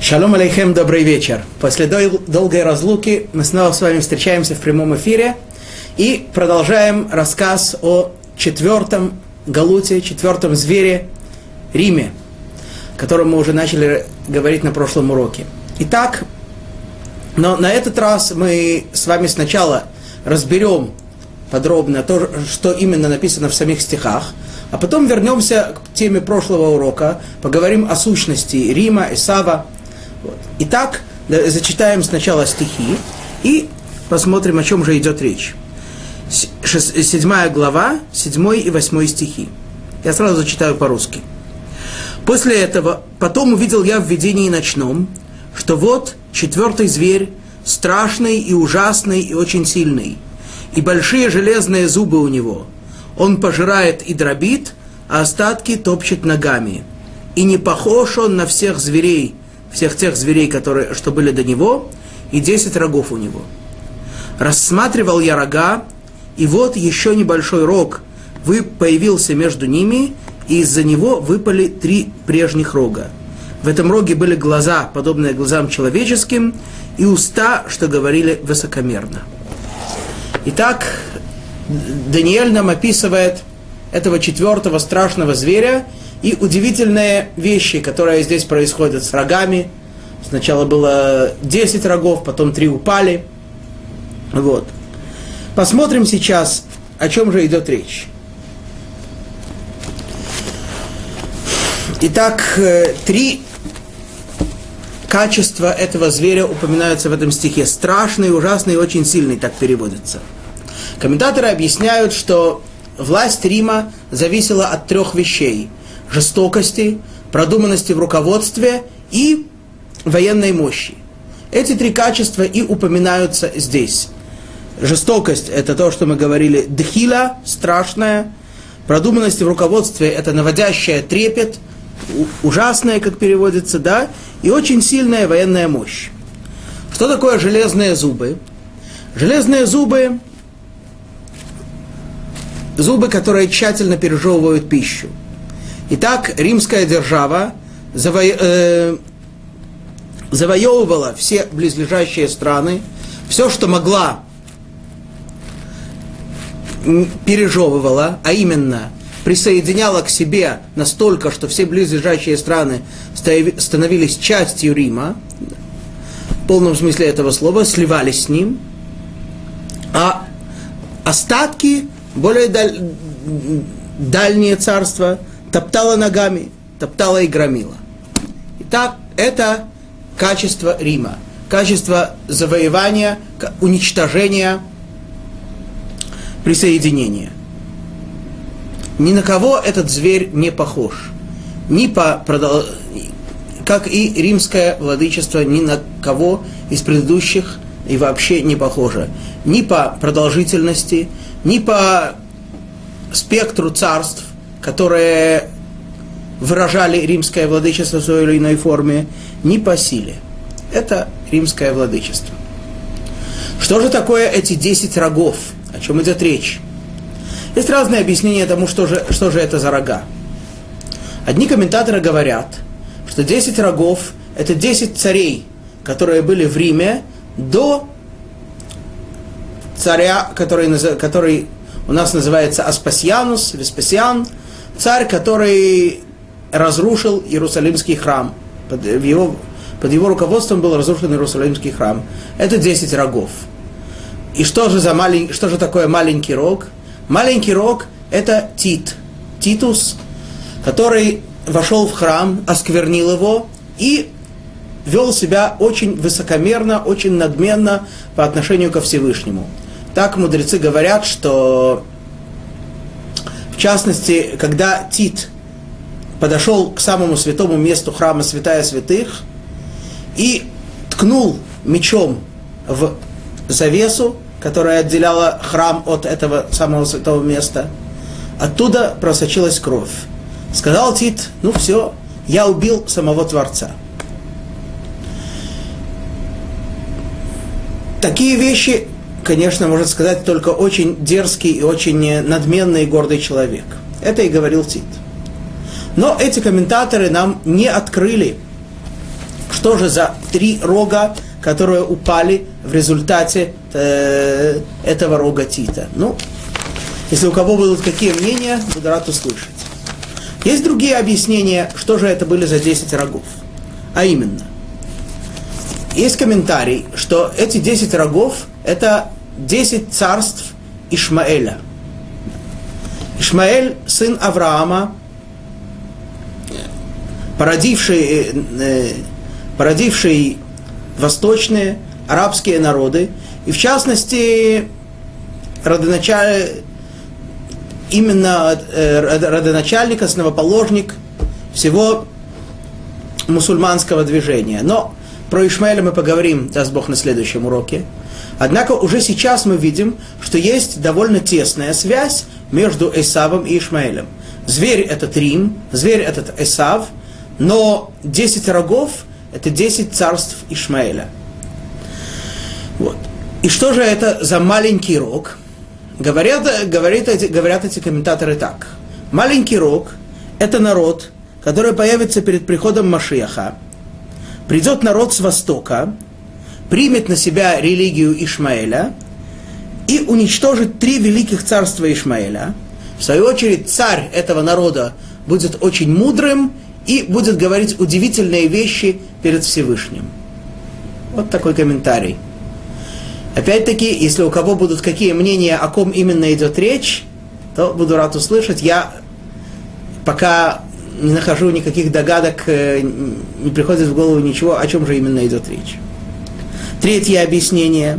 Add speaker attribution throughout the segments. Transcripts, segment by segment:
Speaker 1: Шалом алейхем, добрый вечер. После долгой разлуки мы снова с вами встречаемся в прямом эфире и продолжаем рассказ о четвертом галуте, четвертом звере Риме, о котором мы уже начали говорить на прошлом уроке. Итак, но на этот раз мы с вами сначала разберем подробно то, что именно написано в самих стихах, а потом вернемся к теме прошлого урока, поговорим о сущности Рима, Исава. Вот. Итак, зачитаем сначала стихи и посмотрим, о чем же идет речь. 7 глава, 7 и 8 стихи. Я сразу зачитаю по-русски. «После этого, потом увидел я в видении ночном, что вот четвертый зверь, страшный и ужасный и очень сильный, и большие железные зубы у него. Он пожирает и дробит, а остатки топчет ногами. И не похож он на всех зверей, всех тех зверей, что были до него, и 10 рогов у него. Рассматривал я рога, и вот еще небольшой рог появился между ними, и из-за него выпали 3 прежних рога. В этом роге были глаза, подобные глазам человеческим, и уста, что говорили высокомерно». Итак, Даниэль нам описывает этого четвертого страшного зверя и удивительные вещи, которые здесь происходят с рогами. Сначала было 10 рогов, потом 3 упали. Вот. Посмотрим сейчас, о чем же идет речь. Итак, 3 качества этого зверя упоминаются в этом стихе. Страшный, ужасный и очень сильный, так переводится. Комментаторы объясняют, что власть Рима зависела от 3 вещей: жестокости, продуманности в руководстве и военной мощи. Эти 3 качества и упоминаются здесь. Жестокость – это то, что мы говорили, дхила, страшная. Продуманность в руководстве – это наводящая трепет, ужасная, как переводится, да, и очень сильная военная мощь. Что такое железные зубы? Железные зубы – зубы, которые тщательно пережевывают пищу. Итак, римская держава завоевывала все близлежащие страны, все, что могла, пережевывала, а именно присоединяла к себе настолько, что все близлежащие страны становились частью Рима, в полном смысле этого слова, сливались с ним, а остатки, более дальние царства, топтала ногами, топтала и громила. Итак, это качество Рима, качество завоевания, уничтожения, присоединения. Ни на кого этот зверь не похож. Как и римское владычество, ни на кого из предыдущих и вообще не похоже. Ни по продолжительности, ни по спектру царств, которые выражали римское владычество в той или иной форме, ни по силе. Это римское владычество. Что же такое эти 10 рогов? О чем идет речь? Есть разные объяснения тому, что же это за рога. Одни комментаторы говорят, что 10 рогов – это 10 царей, которые были в Риме до царя, который у нас называется Аспасианус, Веспасиан, царь, который разрушил Иерусалимский храм. Под его руководством был разрушен Иерусалимский храм. Это 10 рогов. И что же такое маленький рог? Маленький рог – это Титус, который вошел в храм, осквернил его и вел себя очень высокомерно, очень надменно по отношению ко Всевышнему. Так мудрецы говорят, что, в частности, когда Тит подошел к самому святому месту храма Святая Святых и ткнул мечом в завесу, которая отделяла храм от этого самого святого места, оттуда просочилась кровь. Сказал Тит: ну все, я убил самого Творца. Такие вещи, конечно, может сказать только очень дерзкий и очень надменный и гордый человек. Это и говорил Тит. Но эти комментаторы нам не открыли, что же за 3 рога, которые упали в результате этого рога Тита. Ну, если у кого будут какие мнения, буду рад услышать. Есть другие объяснения, что же это были за 10 рогов. А именно, есть комментарий, что эти 10 рогов – это 10 царств Ишмаэля. Ишмаэль – сын Авраама, породивший восточные арабские народы, и в частности, родоначальник, основоположник всего мусульманского движения. Но про Ишмаэля мы поговорим, даст Бог, на следующем уроке. Однако уже сейчас мы видим, что есть довольно тесная связь между Эсавом и Ишмаэлем. Зверь – это Рим, зверь – это Эсав, но 10 рогов – это 10 царств Ишмаэля. Вот. И что же это за маленький рог? Говорят эти комментаторы так. Маленький рог – это народ, который появится перед приходом Машиаха. Придет народ с востока, примет на себя религию Ишмаэля и уничтожит 3 великих царства Ишмаэля. В свою очередь, царь этого народа будет очень мудрым и будет говорить удивительные вещи перед Всевышним. Вот такой комментарий. Опять-таки, если у кого будут какие мнения, о ком именно идет речь, то буду рад услышать. Я пока не нахожу никаких догадок, не приходит в голову ничего, о чем же именно идет речь. Третье объяснение.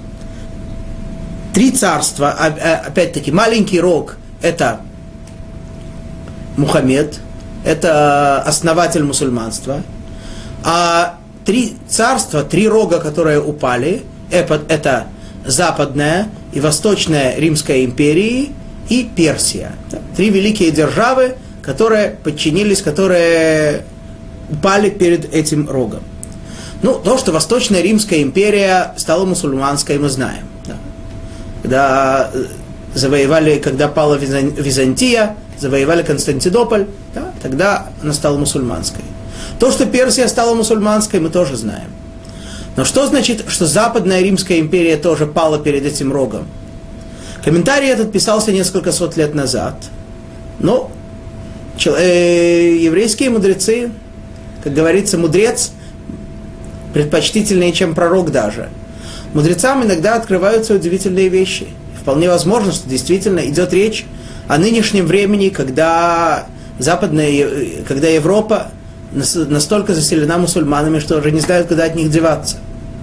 Speaker 1: 3 царства, опять-таки, маленький рог – это Мухаммед, это основатель мусульманства, а 3 царства, 3 рога, которые упали, это Западная и Восточная Римская империи и Персия. 3 великие державы, которые подчинились, которые упали перед этим рогом. Ну, то, что Восточная Римская империя стала мусульманской, мы знаем. Да. Когда пала Византия, завоевали Константинополь, да, тогда она стала мусульманской. То, что Персия стала мусульманской, мы тоже знаем. Но что значит, что Западная Римская империя тоже пала перед этим рогом? Комментарий этот писался несколько сот лет назад. Но еврейские мудрецы, как говорится, мудрец предпочтительнее, чем пророк даже. Мудрецам иногда открываются удивительные вещи. Вполне возможно, что действительно идет речь о нынешнем времени, когда Европа настолько заселена мусульманами, что уже не знают, куда от них деваться.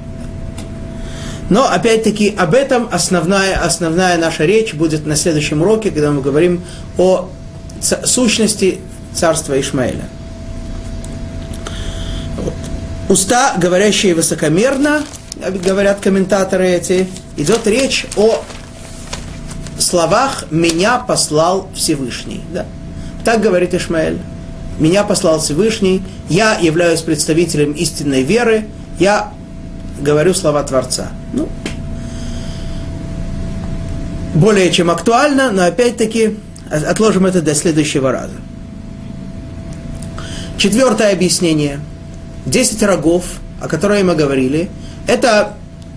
Speaker 1: Но, опять-таки, об этом основная наша речь будет на следующем уроке, когда мы говорим о сущности царства Ишмаэля. Вот. Уста, говорящие высокомерно, говорят комментаторы эти, идет речь о словах «меня послал Всевышний». Да. Так говорит Ишмаэль. «Меня послал Всевышний, я являюсь представителем истинной веры, я говорю слова Творца». Ну, более чем актуально, но опять-таки отложим это до следующего раза. 4-е объяснение. 10 рогов, о которых мы говорили, это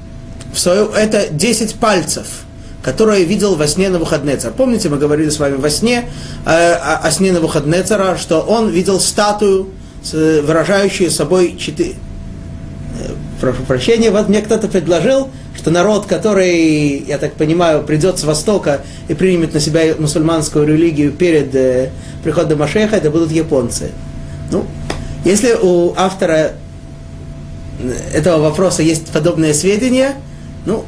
Speaker 1: 10 пальцев, которые видел во сне Навуходнецар. Помните, мы говорили с вами во сне о сне Навуходнецара, что он видел статую, выражающую собой 4... Прошу прощения, вот мне кто-то предложил, что народ, который, я так понимаю, придет с Востока и примет на себя мусульманскую религию перед приходом Машеха, это будут японцы. Ну, если у автора этого вопроса есть подобные сведения, ну,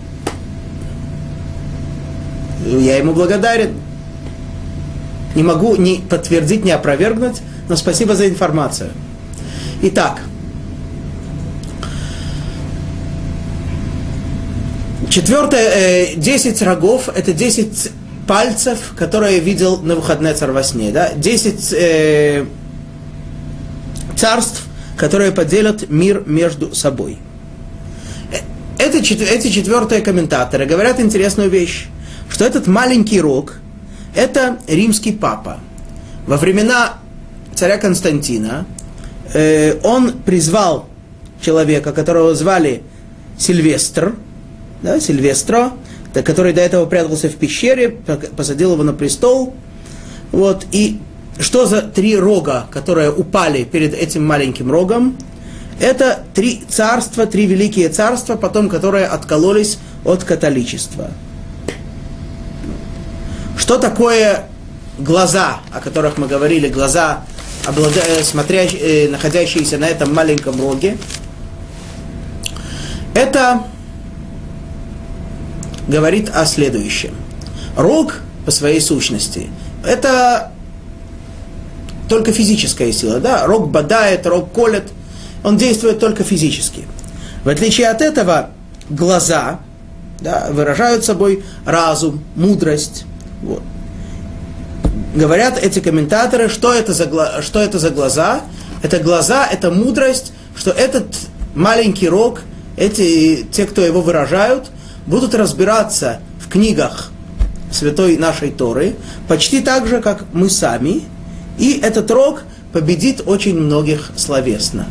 Speaker 1: я ему благодарен. Не могу ни подтвердить, ни опровергнуть, но спасибо за информацию. Итак, 10 рогов – это 10 пальцев, которые видел Навуходнецар во сне. Да? 10 царств, которые поделят мир между собой. Эти 4 комментаторы говорят интересную вещь, что этот маленький рог – это римский папа. Во времена царя Константина он призвал человека, которого звали Сильвестр, да, Сильвестро, который до этого прятался в пещере, посадил его на престол. Вот, и что за 3 рога, которые упали перед этим маленьким рогом? Это 3 царства, 3 великие царства, потом которые откололись от католичества. Что такое глаза, о которых мы говорили, глаза, находящиеся на этом маленьком роге? Это говорит о следующем. Рог по своей сущности – это только физическая сила. Да? Рог бодает, рог колет, он действует только физически. В отличие от этого, глаза, да, выражают собой разум, мудрость. Вот. Говорят эти комментаторы, что это за глаза? Это глаза, это мудрость, что этот маленький рог, те, кто его выражают, будут разбираться в книгах святой нашей Торы, почти так же, как мы сами, и этот рог победит очень многих словесно.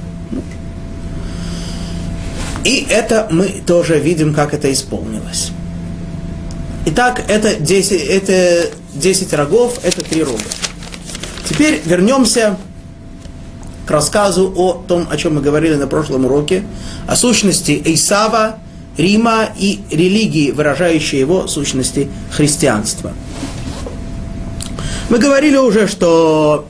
Speaker 1: И это мы тоже видим, как это исполнилось. Итак, это 10 рогов, это 3 рога. Теперь вернемся к рассказу о том, о чем мы говорили на прошлом уроке, о сущности Эйсава, Рима и религии, выражающей его сущности христианства. Мы говорили уже, что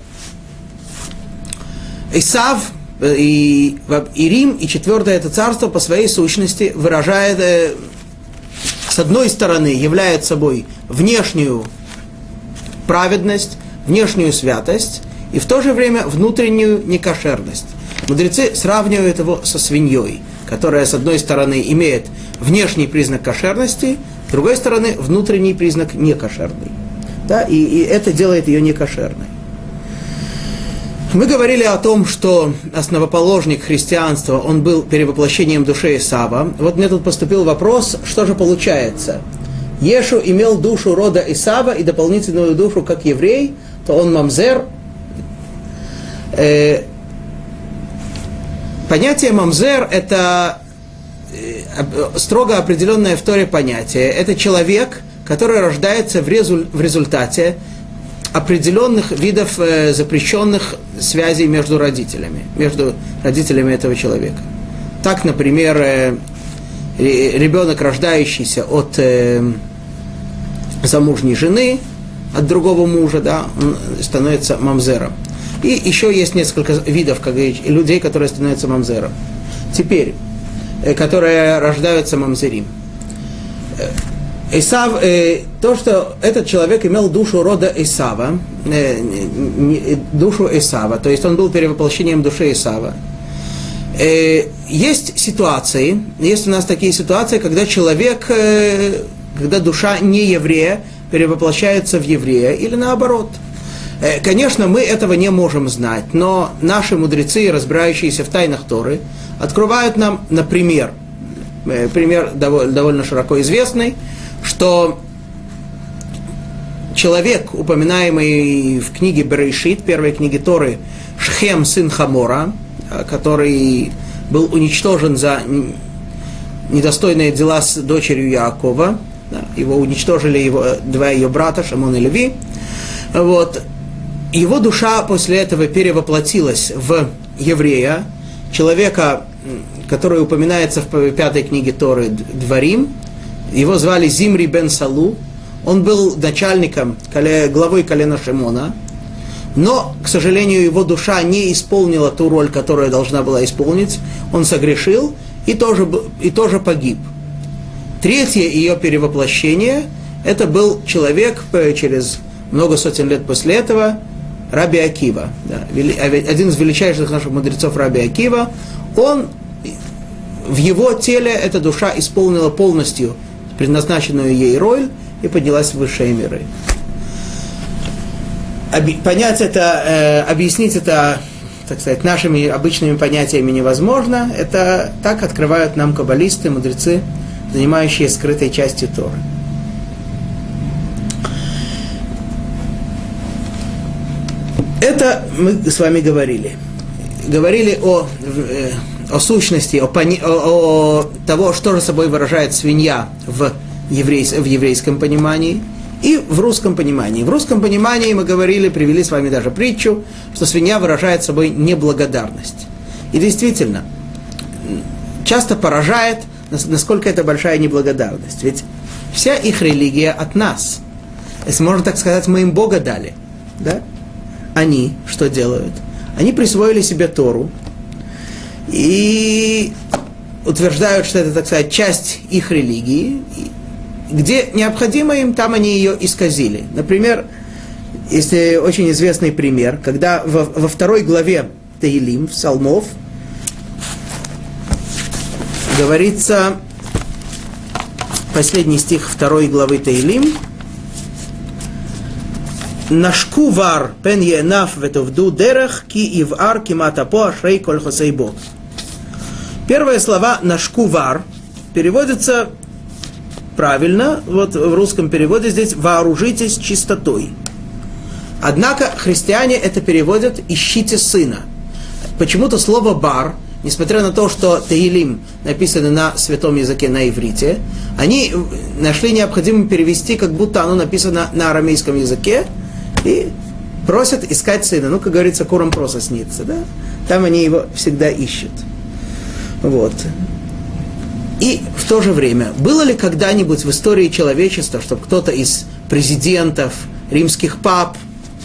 Speaker 1: Эйсав и Рим, и 4-е это царство по своей сущности выражает, с одной стороны, являет собой внешнюю праведность, внешнюю святость, и в то же время внутреннюю некошерность. Мудрецы сравнивают его со свиньей, которая, с одной стороны, имеет внешний признак кошерности, с другой стороны, внутренний признак некошерный. Да? И это делает ее некошерной. Мы говорили о том, что основоположник христианства, он был перевоплощением души Исава. Вот мне тут поступил вопрос, что же получается? Ешу имел душу рода Исава и дополнительную душу как еврей, то он мамзер. Понятие мамзер – это строго определенное в Торе понятие. Это человек, который рождается в результате определенных видов запрещенных связей между родителями этого человека. Так, например, ребенок, рождающийся от замужней жены, от другого мужа, да, он становится мамзером. И еще есть несколько видов, как говорить, людей, которые становятся мамзером. Теперь, которые рождаются мамзерим. Исав, то, что этот человек имел душу рода Исава, душу Исава, то есть он был перевоплощением души Исава. Есть ситуации, есть у нас такие ситуации, когда человек, когда душа не еврея перевоплощается в еврея, или наоборот. Конечно, мы этого не можем знать, но наши мудрецы, разбирающиеся в тайнах Торы, открывают нам, например, пример довольно широко известный, что человек, упоминаемый в книге Берешит, первой книге Торы, Шхем, сын Хамора, который был уничтожен за недостойные дела с дочерью Яакова, его уничтожили 2 ее брата, Шамон и Леви, вот. Его душа после этого перевоплотилась в еврея, человека, который упоминается в 5 книге Торы Дворим. Его звали Зимри бен Салу. Он был начальником, главой колена Шимона. Но, к сожалению, его душа не исполнила ту роль, которую должна была исполнить. Он согрешил и тоже погиб. 3-е ее перевоплощение, это был человек через много сотен лет после этого, Раби Акива, да, один из величайших наших мудрецов Раби Акива. Он, в его теле эта душа исполнила полностью предназначенную ей роль и поднялась в высшие миры. Понять это, объяснить это, так сказать, нашими обычными понятиями невозможно. Это так открывают нам каббалисты, мудрецы, занимающие скрытой частью Торы. Это мы с вами говорили. Говорили о о сущности, о того, что же собой выражает свинья в еврейском понимании и в русском понимании. В русском понимании мы говорили, привели с вами даже притчу, что свинья выражает собой неблагодарность. И действительно, часто поражает, насколько это большая неблагодарность. Ведь вся их религия от нас. Если можно так сказать, мы им Бога дали. Да? Они что делают? Они присвоили себе Тору и утверждают, что это, так сказать, часть их религии. Где необходимо им, там они ее исказили. Например, есть очень известный пример, когда во второй главе Теилим, Псалмов, говорится, последний стих второй главы Теилим, «Нашку вар пен енаф ветовду дерех ки ивар киматапо ашрей коль хосейбо». Первые слова «нашку вар» переводятся правильно, вот в русском переводе здесь «вооружитесь чистотой». Однако христиане это переводят «ищите сына». Почему-то слово «бар», несмотря на то, что Теилим написано на святом языке, на иврите, они нашли необходимым перевести, как будто оно написано на арамейском языке, и просят искать сына. Ну, как говорится, курам проса снится, да? Там они его всегда ищут. Вот. И в то же время, было ли когда-нибудь в истории человечества, чтобы кто-то из президентов, римских пап,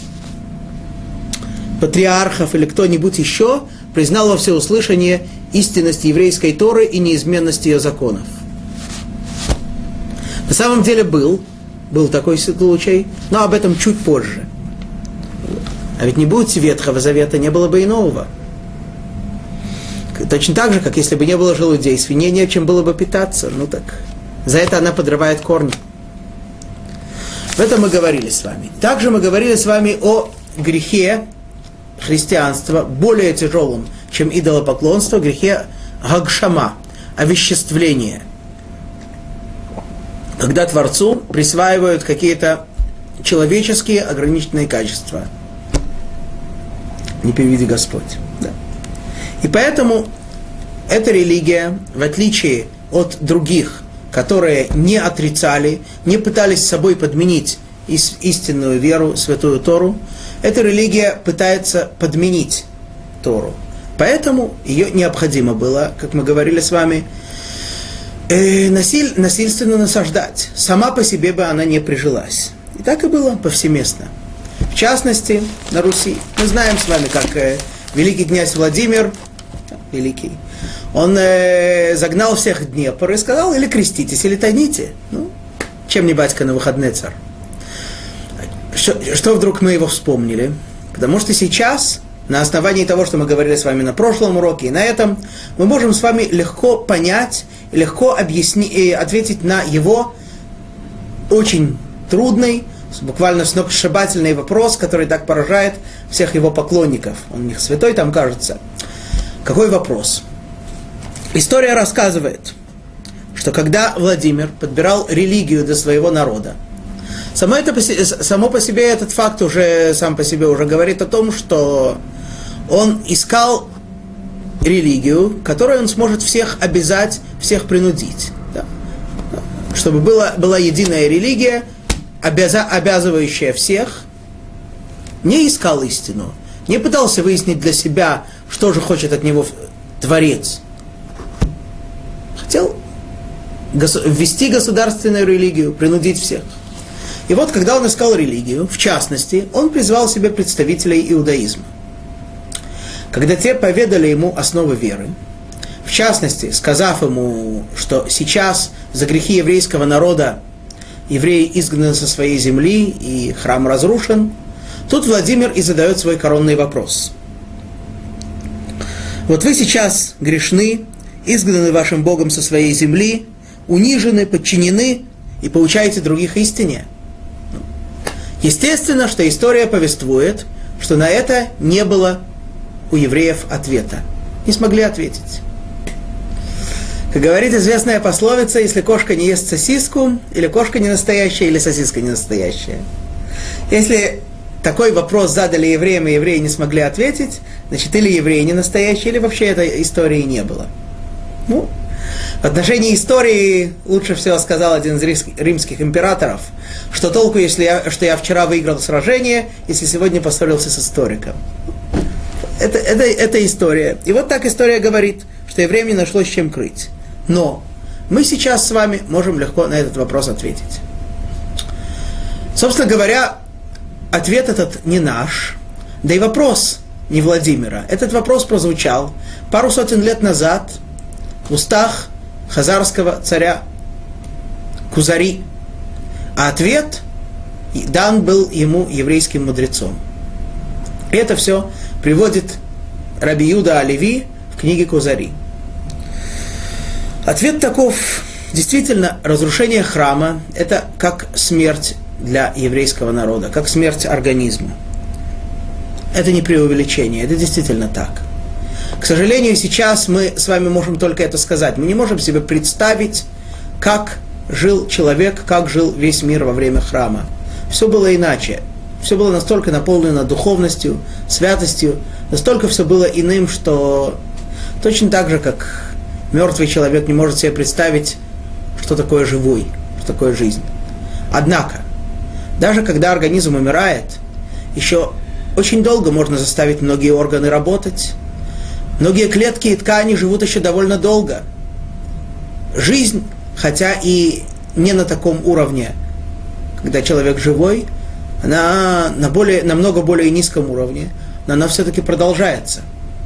Speaker 1: патриархов или кто-нибудь еще признал во всеуслышание истинность еврейской Торы и неизменность ее законов? На самом деле был такой случай, но об этом чуть позже. А ведь не будет Ветхого Завета, не было бы и Нового. Точно так же, как если бы не было желудей, свинье не чем было бы питаться. Ну так, за это она подрывает корни. В этом мы говорили с вами. Также мы говорили с вами о грехе христианства, более тяжелом, чем идолопоклонство, грехе гагшама, овеществление. Когда Творцу присваивают какие-то человеческие ограниченные качества. Не переведи Господь. Да. И поэтому эта религия, в отличие от других, которые не отрицали, не пытались с собой подменить истинную веру, святую Тору, эта религия пытается подменить Тору. Поэтому ее необходимо было, как мы говорили с вами, насильственно насаждать. Сама по себе бы она не прижилась. И так и было повсеместно. В частности, на Руси. Мы знаем с вами, как великий князь Владимир, великий, он загнал всех в Днепр и сказал: или креститесь, или тоните. Ну, чем не батька Навуходоносор. Что вдруг мы его вспомнили? Потому что сейчас, на основании того, что мы говорили с вами на прошлом уроке и на этом, мы можем с вами легко понять, легко ответить на его очень трудный, буквально сногсшибательный вопрос, который так поражает всех его поклонников. Он у них святой там, кажется. Какой вопрос? История рассказывает, что когда Владимир подбирал религию для своего народа, само по себе этот факт уже сам по себе уже говорит о том, что он искал религию, которой он сможет всех обязать, всех принудить. Да? Чтобы была единая религия, обязывающая всех. Не искал истину, не пытался выяснить для себя, что же хочет от него Творец. Хотел ввести государственную религию, принудить всех. И вот, когда он искал религию, в частности, он призвал себе представителей иудаизма. Когда те поведали ему основы веры, в частности, сказав ему, что сейчас за грехи еврейского народа евреи изгнаны со своей земли и храм разрушен, тут Владимир и задает свой коронный вопрос. Вот вы сейчас грешны, изгнаны вашим Богом со своей земли, унижены, подчинены и поучаете других истине. Естественно, что история повествует, что на это не было у евреев ответа. Не смогли ответить. Как говорит известная пословица: если кошка не ест сосиску, или кошка не настоящая, или сосиска не настоящая. Если такой вопрос задали евреям, и евреи не смогли ответить, значит, или евреи не настоящие, или вообще этой истории не было. Ну, в отношении истории лучше всего сказал один из римских императоров, что толку, что я вчера выиграл сражение, если сегодня поссорился с историком. Это история. И вот так история говорит, что евреям не нашлось чем крыть. Но мы сейчас с вами можем легко на этот вопрос ответить. Собственно говоря, ответ этот не наш, да и вопрос не Владимира. Этот вопрос прозвучал пару сотен лет назад в устах хазарского царя Кузари. А ответ дан был ему еврейским мудрецом. И это все приводит Раби Юда а-Леви в книге Кузари. Ответ таков. Действительно, разрушение храма – это как смерть для еврейского народа, как смерть организма. Это не преувеличение, это действительно так. К сожалению, сейчас мы с вами можем только это сказать. Мы не можем себе представить, как жил человек, как жил весь мир во время храма. Все было иначе. Все было настолько наполнено духовностью, святостью, настолько все было иным, что точно так же, как мертвый человек не может себе представить, что такое живой, что такое жизнь. Однако, даже когда организм умирает, еще очень долго можно заставить многие органы работать. Многие клетки и ткани живут еще довольно долго. Жизнь, хотя и не на таком уровне, когда человек живой, она намного более низком уровне, но она все-таки продолжается.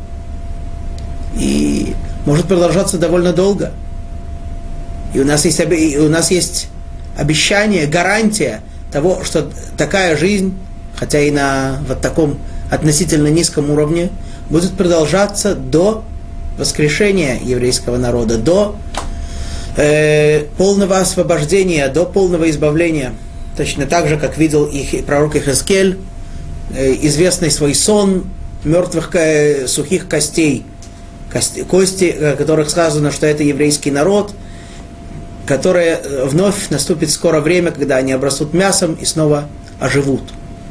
Speaker 1: И может продолжаться довольно долго. И у нас есть обещание, гарантия того, что такая жизнь, хотя и на вот таком относительно низком уровне, будет продолжаться до воскрешения еврейского народа, до полного освобождения, до полного избавления. Точно так же, как видел их пророк Ихескель, известный свой сон мертвых сухих костей, кости, о которых сказано, что это еврейский народ, которое вновь наступит скоро время, когда они обрастут мясом и снова оживут.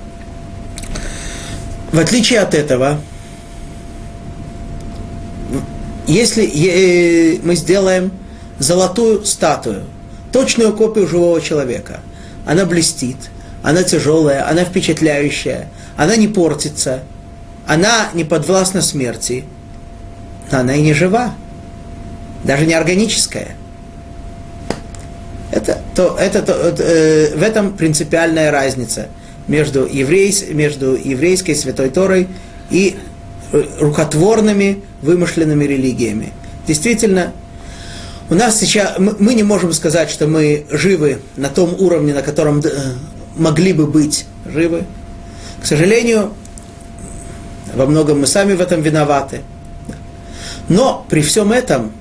Speaker 1: В отличие от этого, если мы сделаем золотую статую, точную копию живого человека, она блестит, она тяжелая, она впечатляющая, она не портится, она не подвластна смерти, но она и не жива, даже не органическая. В этом принципиальная разница между еврейской святой Торой и рукотворными вымышленными религиями. Действительно, у нас сейчас мы не можем сказать, что мы живы на том уровне, на котором могли бы быть живы. К сожалению, во многом мы сами в этом виноваты. Но при всем этом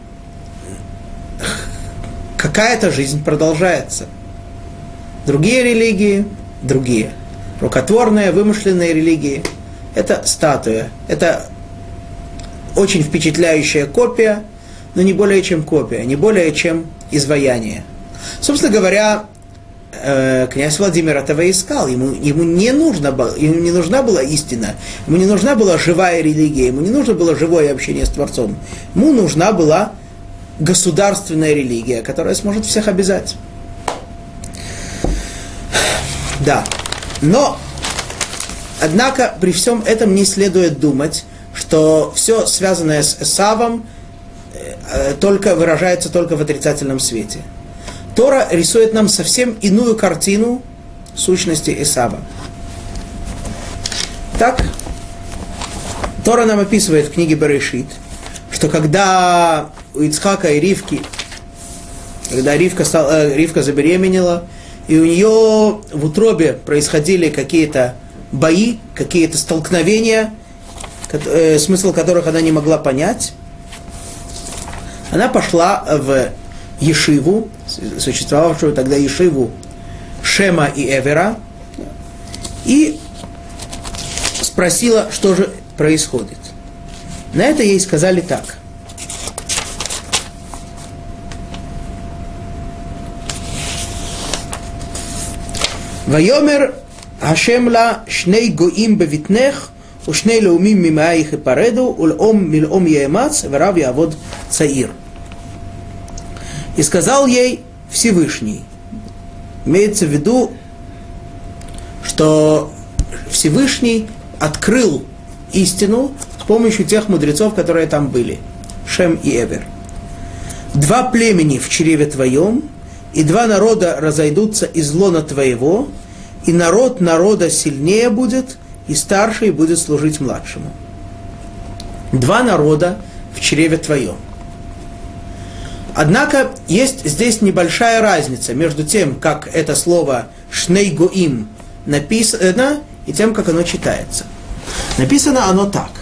Speaker 1: какая-то жизнь продолжается. Другие религии, другие. Рукотворные, вымышленные религии – это статуя. Это очень впечатляющая копия, но не более чем копия, не более чем изваяние. Собственно говоря, князь Владимир этого искал. Ему не нужна была истина, ему не нужна была живая религия, ему не нужно было живое общение с Творцом. Ему нужна была государственная религия, которая сможет всех обязать. Да. Но, однако, при всем этом не следует думать, что все связанное с Эсавом выражается только в отрицательном свете. Тора рисует нам совсем иную картину сущности Эсава. Так, Тора нам описывает в книге Берешит, что когда у Ицхака и Ривки, когда Ривка забеременела, и у нее в утробе происходили какие-то бои, какие-то столкновения, смысл которых она не могла понять, она пошла в ешиву, существовавшую тогда ешиву Шема и Эвера, и спросила, что же происходит. На это ей сказали так. Вайомер Ашем ла шней гоим бевитнех, ушней леумим мимаих и пареду, улом милом яэмац, варав явод цаир. И сказал ей Всевышний. Имеется в виду, что Всевышний открыл истину с помощью тех мудрецов, которые там были. Шем и Эвер. 2 племени в чреве твоем, и 2 народа разойдутся из лона твоего, и народ народа сильнее будет, и старший будет служить младшему. 2 народа в чреве твоем. Однако есть здесь небольшая разница между тем, как это слово «шней гоим» написано, и тем, как оно читается. Написано оно так.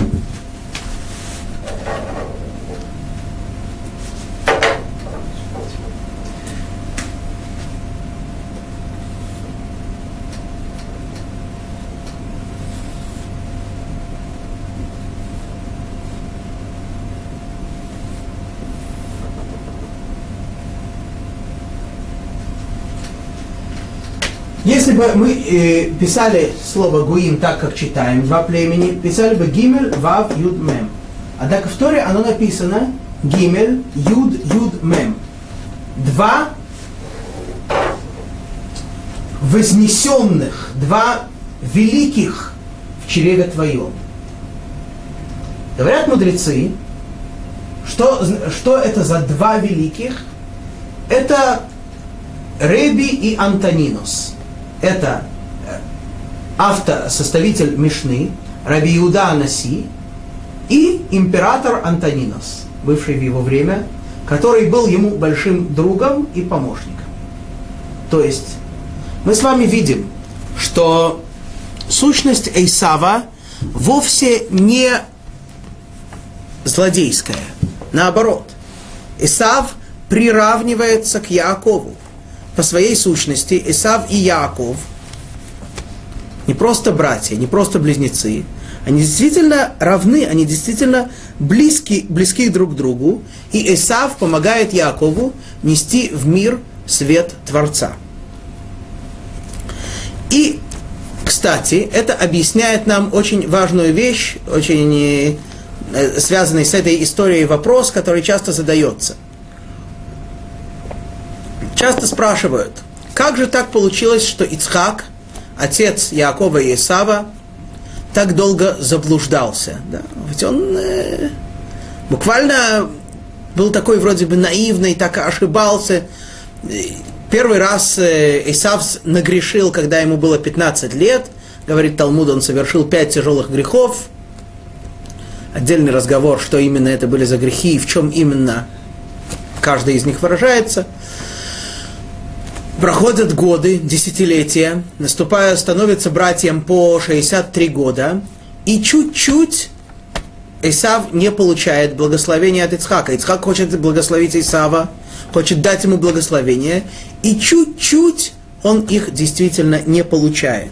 Speaker 1: Если бы мы писали слово «гуим» так, как читаем, 2 племени, писали бы «гимель, вав, юд, мем». Однако в Торе оно написано «гимель, юд, юд, мем». 2 вознесенных, 2 великих в чреве твоем. Говорят мудрецы, что это за 2 великих? Это Реби и Антонинос. Это составитель Мишны, Раби Иуда Анаси, и император Антонинос, бывший в его время, который был ему большим другом и помощником. То есть, мы с вами видим, что сущность Эйсава вовсе не злодейская. Наоборот, Эсав приравнивается к Яакову. По своей сущности Эсав и Яаков не просто братья, не просто близнецы, они действительно равны, они действительно близки друг к другу, и Эсав помогает Яакову нести в мир свет Творца. И, кстати, это объясняет нам очень важную вещь, очень связанный с этой историей вопрос, который часто задается. Часто спрашивают, как же так получилось, что Ицхак, отец Яакова и Исава, так долго заблуждался? Да? Ведь он буквально был такой вроде бы наивный, так ошибался. Первый раз Исав нагрешил, когда ему было 15 лет. Говорит Талмуд, он совершил 5 тяжелых грехов. Отдельный разговор, что именно это были за грехи и в чем именно каждый из них выражается. Проходят годы, десятилетия, становится братьям по 63 года, и чуть-чуть Исав не получает благословения от Ицхака. Ицхак хочет благословить Исава, хочет дать ему благословение, и чуть-чуть он их действительно не получает.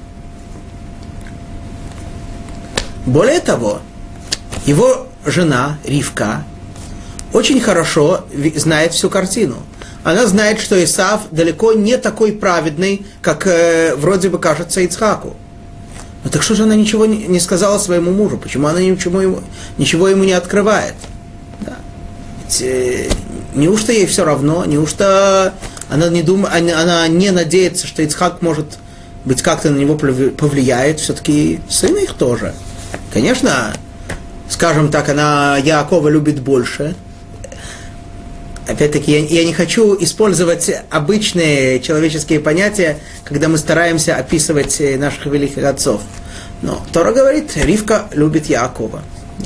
Speaker 1: Более того, его жена Ривка очень хорошо знает всю картину. Она знает, что Исав далеко не такой праведный, как вроде бы кажется Ицхаку. Но так что же она ничего не сказала своему мужу? Почему она ничего ему не открывает? Да. Ведь, неужто ей все равно? Неужто она не надеется, что Ицхак может быть как-то на него повлияет? Все-таки сын их тоже. Конечно, скажем так, она Яакова любит больше. Опять-таки, я не хочу использовать обычные человеческие понятия, когда мы стараемся описывать наших великих отцов. Но Тора говорит, Ривка любит Яакова.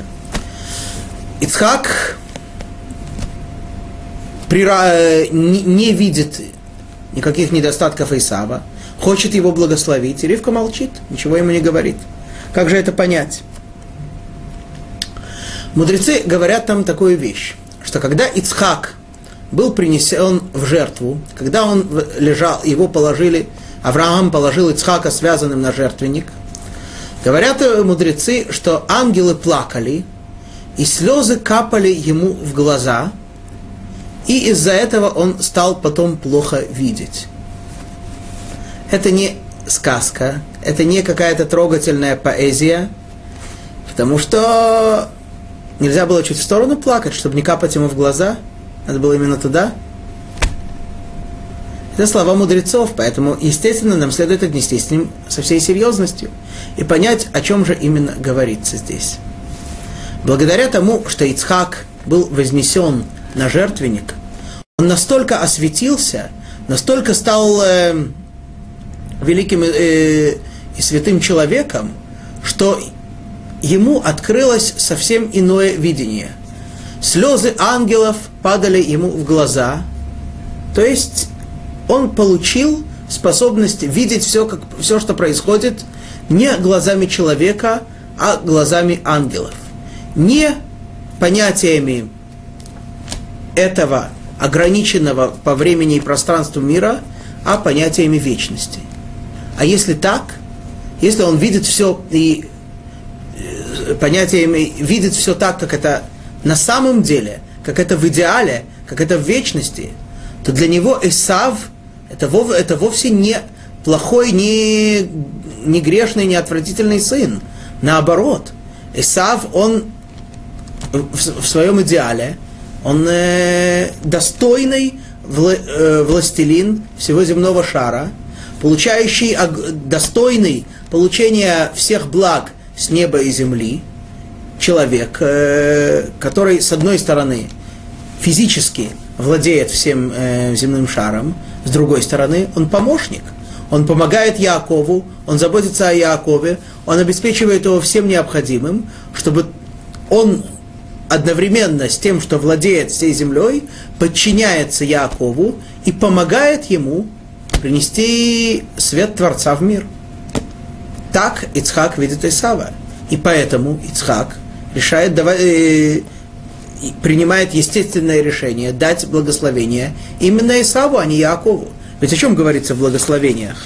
Speaker 1: Ицхак не видит никаких недостатков Исава, хочет его благословить, и Ривка молчит, ничего ему не говорит. Как же это понять? Мудрецы говорят нам такую вещь, что когда Ицхак был принесен в жертву, когда он лежал, его положили, Авраам положил Ицхака связанным на жертвенник, говорят мудрецы, что ангелы плакали, и слезы капали ему в глаза, и из-за этого он стал потом плохо видеть. Это не сказка, это не какая-то трогательная поэзия, потому что нельзя было чуть в сторону плакать, чтобы не капать ему в глаза. Надо было именно туда. Это слова мудрецов, поэтому, естественно, нам следует отнестись с ним со всей серьезностью и понять, о чем же именно говорится здесь. Благодаря тому, что Ицхак был вознесен на жертвенник, он настолько осветился, настолько стал великим и святым человеком, что ему открылось совсем иное видение. Слезы ангелов падали ему в глаза, то есть он получил способность видеть все, что происходит, не глазами человека, а глазами ангелов. Не понятиями этого ограниченного по времени и пространству мира, а понятиями вечности. А если так, если он видит все и понятиями видит все так, как это на самом деле, как это в идеале, как это в вечности, то для него Эсав это вовсе не плохой, не грешный, не отвратительный сын. Наоборот, Эсав, он в своем идеале, он достойный властелин всего земного шара, получающий, достойный получения всех благ с неба и земли, человек, который, с одной стороны, физически владеет всем земным шаром, с другой стороны, он помощник. Он помогает Яакову, он заботится о Яакове, он обеспечивает его всем необходимым, чтобы он одновременно с тем, что владеет всей землей, подчиняется Яакову и помогает ему принести свет Творца в мир. Так Ицхак видит Исава. И поэтому Ицхак решает принимает естественное решение дать благословение именно Исаву, а не Яакову. Ведь о чем говорится в благословениях?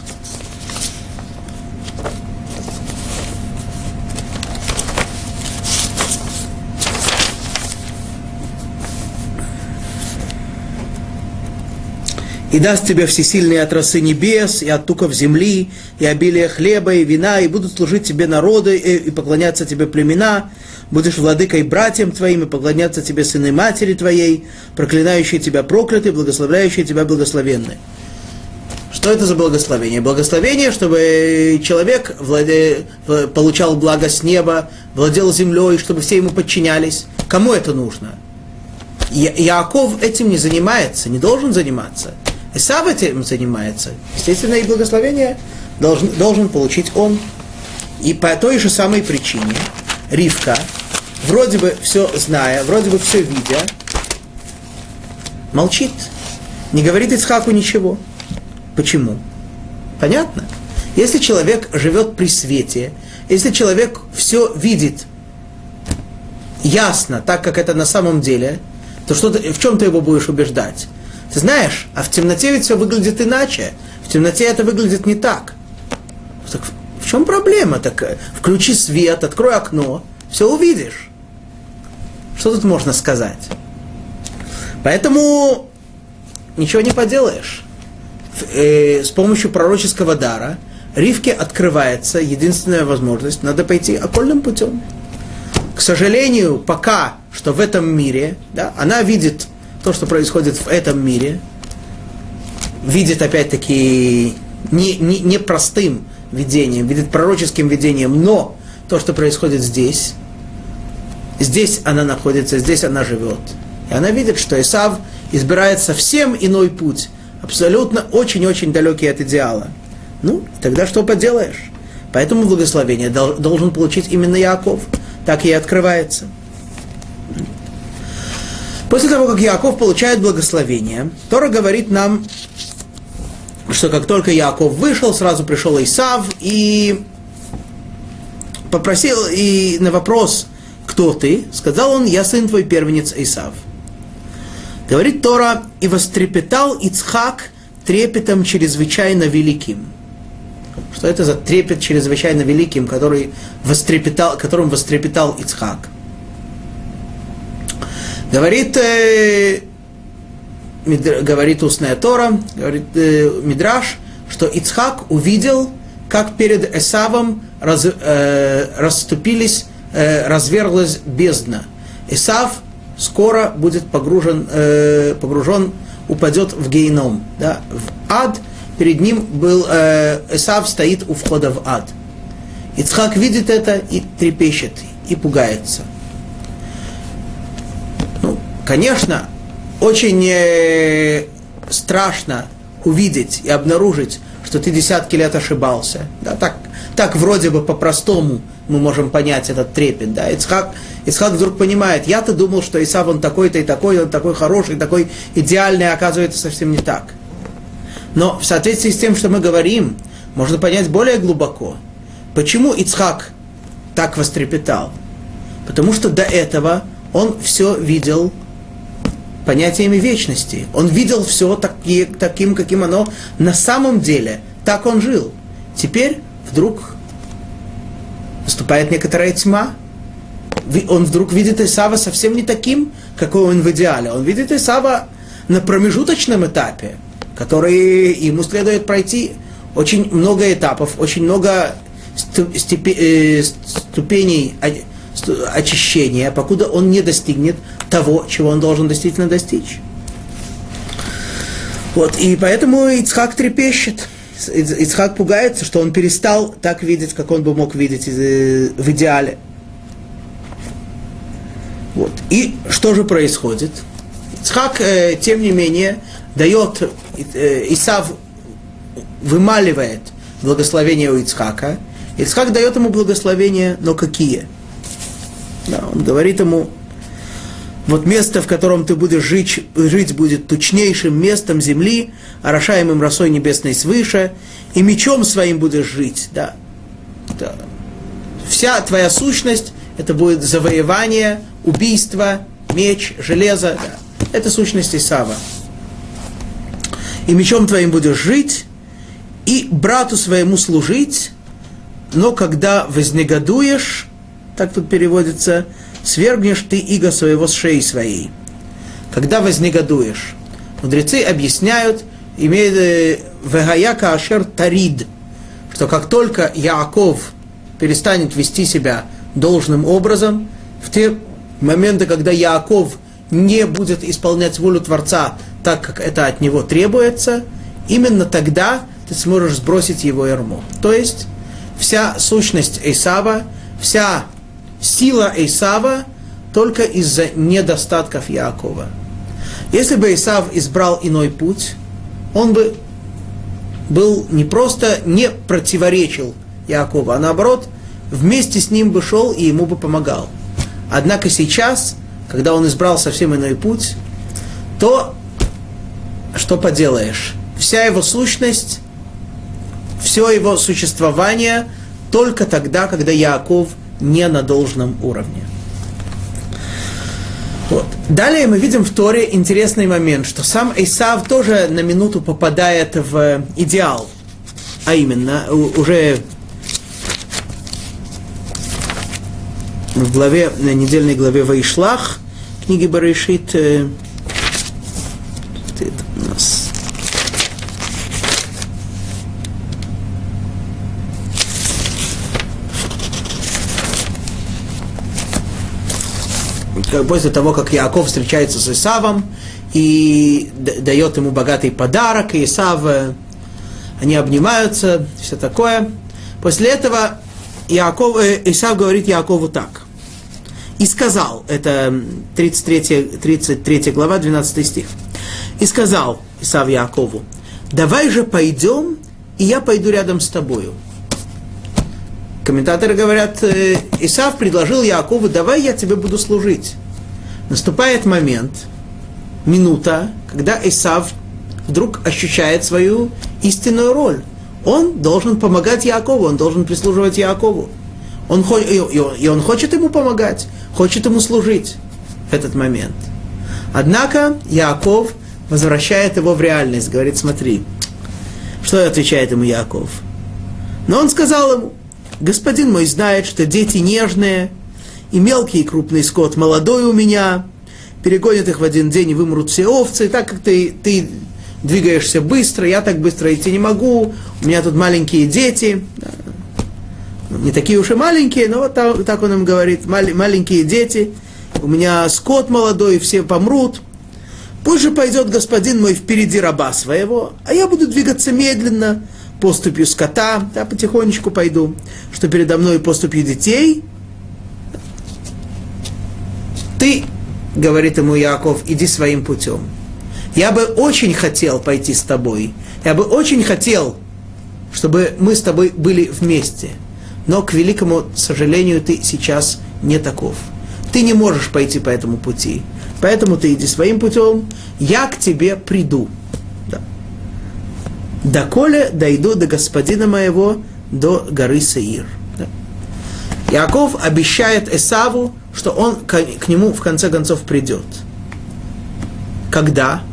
Speaker 1: «И даст тебе всесильные от росы небес, и от туков земли, и обилие хлеба, и вина, и будут служить тебе народы, и поклоняться тебе племена. Будешь владыкой братьям твоим, и поклоняться тебе сыны матери твоей, проклинающие тебя прокляты, благословляющие тебя благословенны». Что это за благословение? Благословение, чтобы человек получал благо с неба, владел землей, чтобы все ему подчинялись. Кому это нужно? Яаков этим не занимается, не должен заниматься. Исав этим занимается. Естественно, и благословение должен получить он. И по той же самой причине Ривка, вроде бы все зная, вроде бы все видя, молчит. Не говорит Ицхаку ничего. Почему? Понятно? Если человек живет при свете, если человек все видит ясно, так как это на самом деле, то в чем ты его будешь убеждать? Ты знаешь, а в темноте ведь все выглядит иначе. В темноте это выглядит не так. Так в чем проблема? Так включи свет, открой окно, все увидишь. Что тут можно сказать? Поэтому ничего не поделаешь. С помощью пророческого дара Ривке открывается единственная возможность, надо пойти окольным путем. К сожалению, пока что в этом мире, да, она видит то, что происходит в этом мире, видит опять-таки не простым видением, видит пророческим видением, но то, что происходит здесь она находится, здесь она живет. И она видит, что Исав избирает совсем иной путь, абсолютно очень-очень далекий от идеала. Ну, тогда что поделаешь? Поэтому благословение должен получить именно Яаков. Так и открывается. После того, как Яаков получает благословение, Тора говорит нам, что как только Яаков вышел, сразу пришел Исав и попросил, и на вопрос, кто ты, сказал он, я сын твой первенец Исав. Говорит Тора, и вострепетал Ицхак трепетом чрезвычайно великим. Что это за трепет чрезвычайно великим, которым вострепетал Ицхак? Говорит устная Тора, говорит Мидраш, что Ицхак увидел как перед Эсавом расступились, разверглась бездна. Эсав скоро будет погружен, упадет в гейном, да, в ад. Перед ним был Эсав стоит у входа в ад. Ицхак видит это и трепещет, и пугается. Ну, конечно, очень страшно увидеть и обнаружить, что ты десятки лет ошибался. Да, так вроде бы по-простому мы можем понять этот трепет. Да. Ицхак вдруг понимает, я-то думал, что Исав он такой-то и такой, он такой хороший, такой идеальный, а оказывается совсем не так. Но в соответствии с тем, что мы говорим, можно понять более глубоко, почему Ицхак так вострепетал. Потому что до этого он все видел понятиями вечности. Он видел все таким, каким оно на самом деле. Так он жил. Теперь вдруг наступает некоторая тьма. Он вдруг видит Исава совсем не таким, какой он в идеале. Он видит Исава на промежуточном этапе, который ему следует пройти. Очень много этапов, очень много ступеней очищения, покуда он не достигнет того, чего он должен действительно достичь. Вот, и поэтому Ицхак трепещет. Ицхак пугается, что он перестал так видеть, как он бы мог видеть в идеале. Вот. И что же происходит? Ицхак, тем не менее, дает, Исав вымаливает благословение у Ицхака. Ицхак дает ему благословения, но какие? Да, он говорит ему, вот место, в котором ты будешь жить будет тучнейшим местом земли, орошаемым росой небесной свыше, и мечом своим будешь жить. Да. Да. Вся твоя сущность, это будет завоевание, убийство, меч, железо. Да. Это сущность Исава. И мечом твоим будешь жить, и брату своему служить, но когда вознегодуешь, так тут переводится, свергнешь ты иго своего с шеи своей. Когда вознегодуешь. Мудрецы объясняют, имеет вегаяка ашер тарид, что как только Яаков перестанет вести себя должным образом, в те моменты, когда Яаков не будет исполнять волю Творца так, как это от него требуется, именно тогда ты сможешь сбросить его ярмо. То есть вся сущность Эйсава, вся сила Эйсава только из-за недостатков Яакова. Если бы Эйсав избрал иной путь, он бы был не просто не противоречил Яакову, а наоборот, вместе с ним бы шел и ему бы помогал. Однако сейчас, когда он избрал совсем иной путь, то что поделаешь? Вся его сущность, все его существование только тогда, когда Яаков не на должном уровне. Вот. Далее мы видим в Торе интересный момент, что сам Эйсав тоже на минуту попадает в идеал. А именно, уже в недельной главе Ваишлах, книги Берешит, это у нас... После того, как Яаков встречается с Исавом и дает ему богатый подарок, и они обнимаются, все такое. После этого Исав говорит Яакову так. И сказал, это 33 глава, 12 стих. И сказал Исав Яакову, давай же пойдем, и я пойду рядом с тобою. Комментаторы говорят, Исав предложил Яакову, давай я тебе буду служить. Наступает момент, минута, когда Исав вдруг ощущает свою истинную роль. Он должен помогать Яакову, он должен прислуживать Яакову. Он хочет ему помогать, хочет ему служить в этот момент. Однако Яаков возвращает его в реальность, говорит, смотри, что отвечает ему Яаков. Но он сказал ему, господин мой знает, что дети нежные, и мелкий и крупный скот молодой у меня, перегонят их в один день и вымрут все овцы, так как ты двигаешься быстро, я так быстро идти не могу, у меня тут маленькие дети, не такие уж и маленькие, но вот так он им говорит, маленькие дети, у меня скот молодой, все помрут. Пусть же пойдет господин мой впереди раба своего, а я буду двигаться медленно, поступью скота, да, потихонечку пойду, что передо мной поступью детей. Ты, говорит ему Яаков, иди своим путем. Я бы очень хотел пойти с тобой, я бы очень хотел, чтобы мы с тобой были вместе, но, к великому сожалению, ты сейчас не таков. Ты не можешь пойти по этому пути. Поэтому ты иди своим путем, я к тебе приду. Да. Доколе дойду до господина моего, до горы Сеир. Да. Яаков обещает Эсаву, что он к нему в конце концов придет. Когда?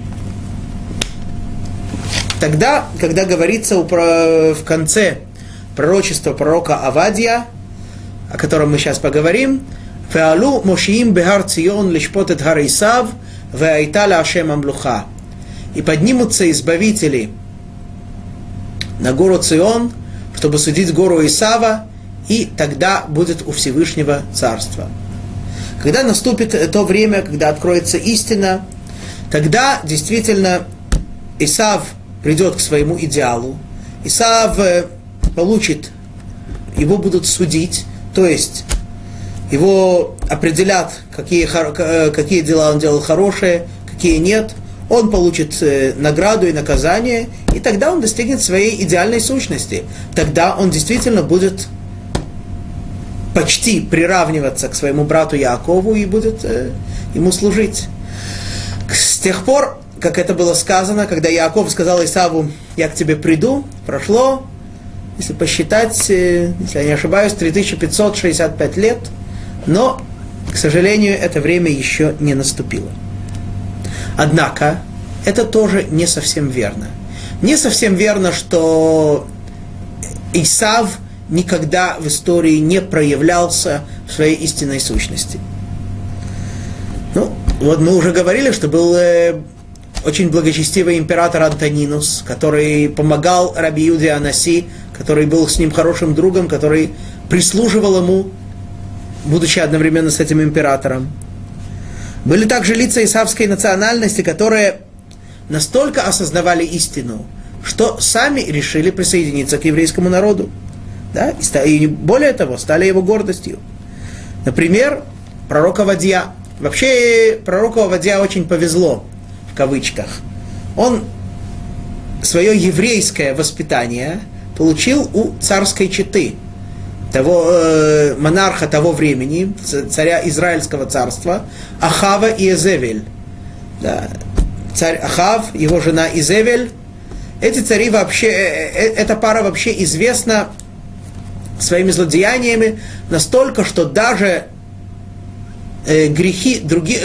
Speaker 1: Тогда, когда говорится в конце пророчества пророка Авадия, о котором мы сейчас поговорим, «Феалу мошиим бехар Цион лишпот эт гар Исав, веайта лаашем амлуха». И поднимутся избавители на гору Цион, чтобы судить гору Исава, и тогда будет у Всевышнего царство. Когда наступит то время, когда откроется истина, тогда действительно Исав придет к своему идеалу. Исав получит, его будут судить, то есть его определят, какие дела он делал хорошие, какие нет. Он получит награду и наказание, и тогда он достигнет своей идеальной сущности. Тогда он действительно будет почти приравниваться к своему брату Яакову и будет ему служить. С тех пор, как это было сказано, когда Яаков сказал Исаву: «Я к тебе приду», прошло, если посчитать, если я не ошибаюсь, 3565 лет, но, к сожалению, это время еще не наступило. Однако, это тоже не совсем верно. Не совсем верно, что Исав никогда в истории не проявлялся в своей истинной сущности. Ну, вот мы уже говорили, что был очень благочестивый император Антонинус, который помогал раби Иуде Анаси, который был с ним хорошим другом, который прислуживал ему, будучи одновременно с этим императором. Были также лица исавской национальности, которые настолько осознавали истину, что сами решили присоединиться к еврейскому народу. Да? И более того, стали его гордостью. Например, пророк Авадия. Вообще, пророку Авадия очень повезло, в кавычках. Он свое еврейское воспитание получил у царской четы, того монарха того времени, царя Израильского царства, Ахава и Изевель. Да. Царь Ахав, его жена Изевель. Эти цари вообще, эта пара вообще известна своими злодеяниями настолько, что даже про грехи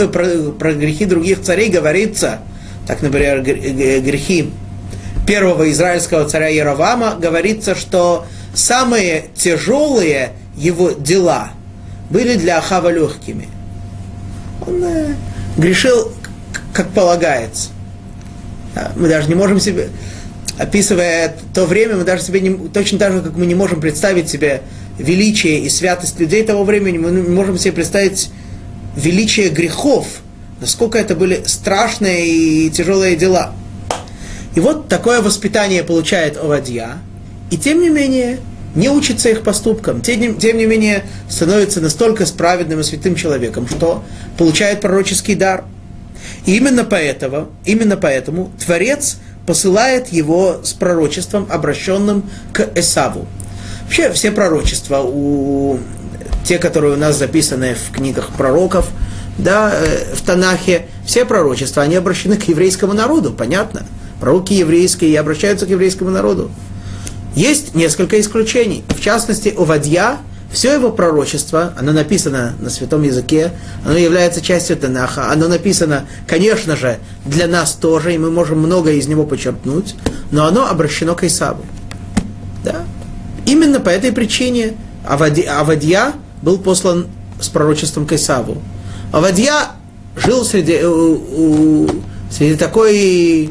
Speaker 1: других царей говорится, так, например, грехи первого израильского царя Яровама, говорится, что самые тяжелые его дела были для Ахава легкими. Он грешил, как полагается. Мы даже не можем себе, описывая то время, мы даже себе точно так же, как мы не можем представить себе величие и святость людей того времени, мы не можем себе представить величие грехов, насколько это были страшные и тяжелые дела. И вот такое воспитание получает Овадья, и тем не менее не учится их поступкам, тем не менее становится настолько праведным и святым человеком, что получает пророческий дар. И именно поэтому Творец посылает его с пророчеством, обращенным к Эсаву. Вообще все пророчества, те, которые у нас записаны в книгах пророков, да, в Танахе, все пророчества, они обращены к еврейскому народу, понятно. Пророки еврейские и обращаются к еврейскому народу. Есть несколько исключений. В частности, Овадья, все его пророчество, оно написано на святом языке, оно является частью Танаха, оно написано, конечно же, для нас тоже, и мы можем многое из него почерпнуть, но оно обращено к Исаву. Да? Именно по этой причине Овадья был послан с пророчеством к Исаву. Овадья жил среди такой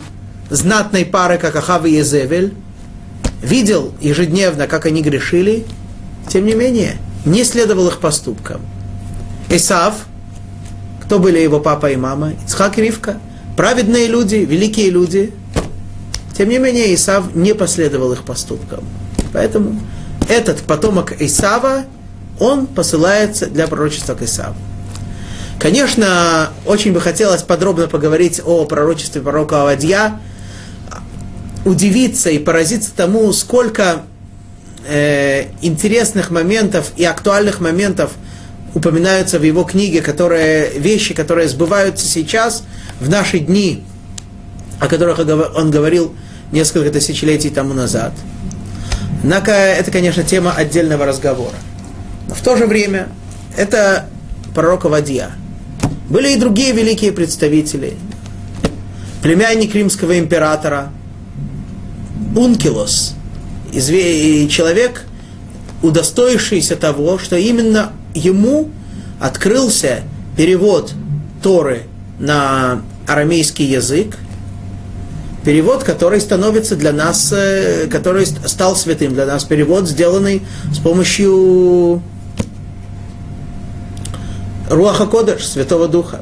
Speaker 1: знатной пары, как Ахав и Езевель, видел ежедневно, как они грешили, тем не менее, не следовал их поступкам. Эсав, кто были его папа и мама? Ицхак и Ривка, праведные люди, великие люди. Тем не менее, Исав не последовал их поступкам. Поэтому этот потомок Исава, он посылается для пророчества к Исаву. Конечно, очень бы хотелось подробно поговорить о пророчестве пророка Овадья, удивиться и поразиться тому, сколько интересных моментов и актуальных моментов упоминаются в его книге, вещи, которые сбываются сейчас, в наши дни, о которых он говорил несколько тысячелетий тому назад. Однако это, конечно, тема отдельного разговора. Но в то же время это пророк Овадья. Были и другие великие представители. Племянник римского императора Ункилос, человек, удостоившийся того, что именно ему открылся перевод Торы на арамейский язык, перевод, который становится для нас, который стал святым для нас, перевод, сделанный с помощью Руаха Кодеш, Святого Духа.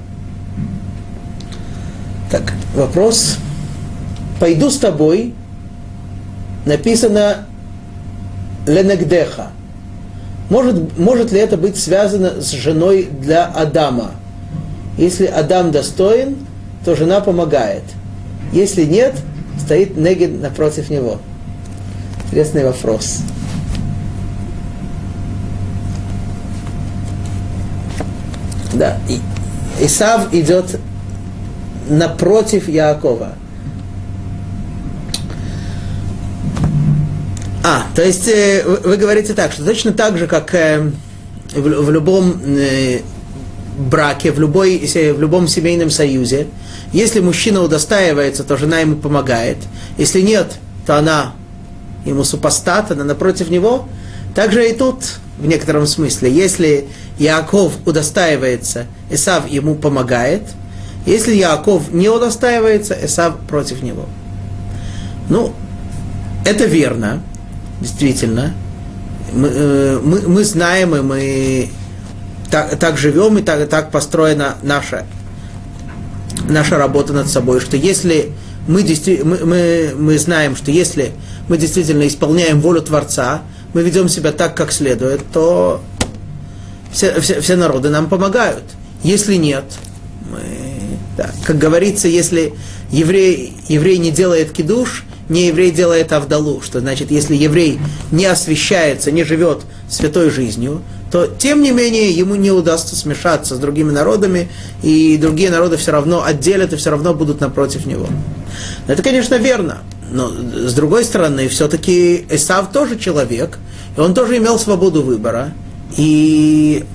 Speaker 1: Так, вопрос. «Пойду с тобой» написано «ленегдеха». Может ли это быть связано с женой для Адама? Если Адам достоин, то жена помогает. Если нет, стоит негед напротив него. Интересный вопрос. Да, Исав идет напротив Яакова. То есть вы говорите так, что точно так же, как в любом браке, в любом семейном союзе, если мужчина удостаивается, то жена ему помогает. Если нет, то она ему супостат, она напротив него. Также и тут, в некотором смысле, если Яаков удостаивается, Эсав ему помогает. Если Яаков не удостаивается, Эсав против него. Это верно, действительно. Мы знаем, и мы так живем, и так построена наша работа над собой, что если мы знаем, что если мы действительно исполняем волю Творца, мы ведем себя так, как следует, то все народы нам помогают. Если нет, как говорится, если еврей не делает кидуш, не еврей делает авдалу, что значит, если еврей не освящается, не живет святой жизнью, то, тем не менее, ему не удастся смешаться с другими народами, и другие народы все равно отделят и все равно будут напротив него. Это, конечно, верно, но, с другой стороны, все-таки Эсав тоже человек, и он тоже имел свободу выбора, и